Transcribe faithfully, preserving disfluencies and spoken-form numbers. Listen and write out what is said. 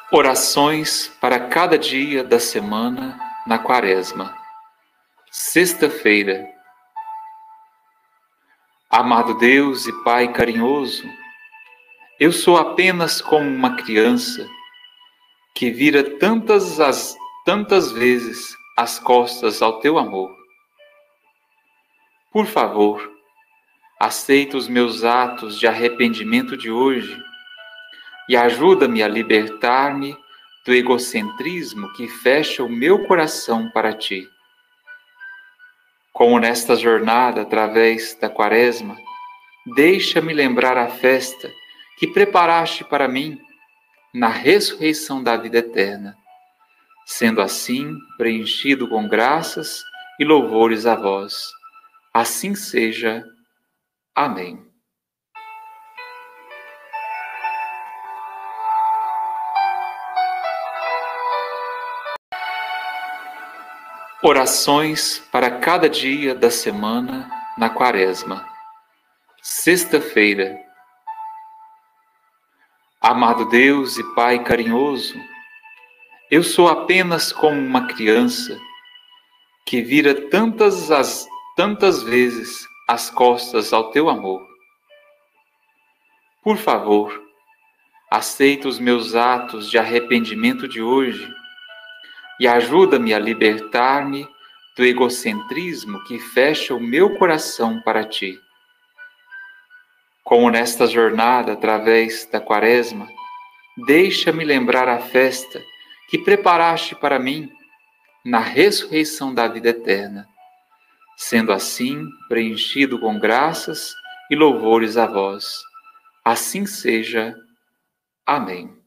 Orações para cada dia da semana na Quaresma. Sexta-feira. Amado Deus e Pai carinhoso, eu sou apenas como uma criança que vira tantas, as, tantas vezes as costas ao teu amor. Por favor, aceita os meus atos de arrependimento de hoje e ajuda-me a libertar-me do egocentrismo que fecha o meu coração para ti. Como nesta jornada, através da Quaresma, deixa-me lembrar a festa que preparaste para mim na ressurreição da vida eterna, sendo assim preenchido com graças e louvores a vós. Assim seja. Amém. Orações para cada dia da semana na Quaresma. Sexta-feira. Amado Deus e Pai carinhoso, eu sou apenas como uma criança que vira tantas, as, tantas vezes as costas ao teu amor. Por favor, aceita os meus atos de arrependimento de hoje e ajuda-me a libertar-me do egocentrismo que fecha o meu coração para ti. Como nesta jornada, através da Quaresma, deixa-me lembrar a festa que preparaste para mim na ressurreição da vida eterna, sendo assim preenchido com graças e louvores a vós. Assim seja. Amém.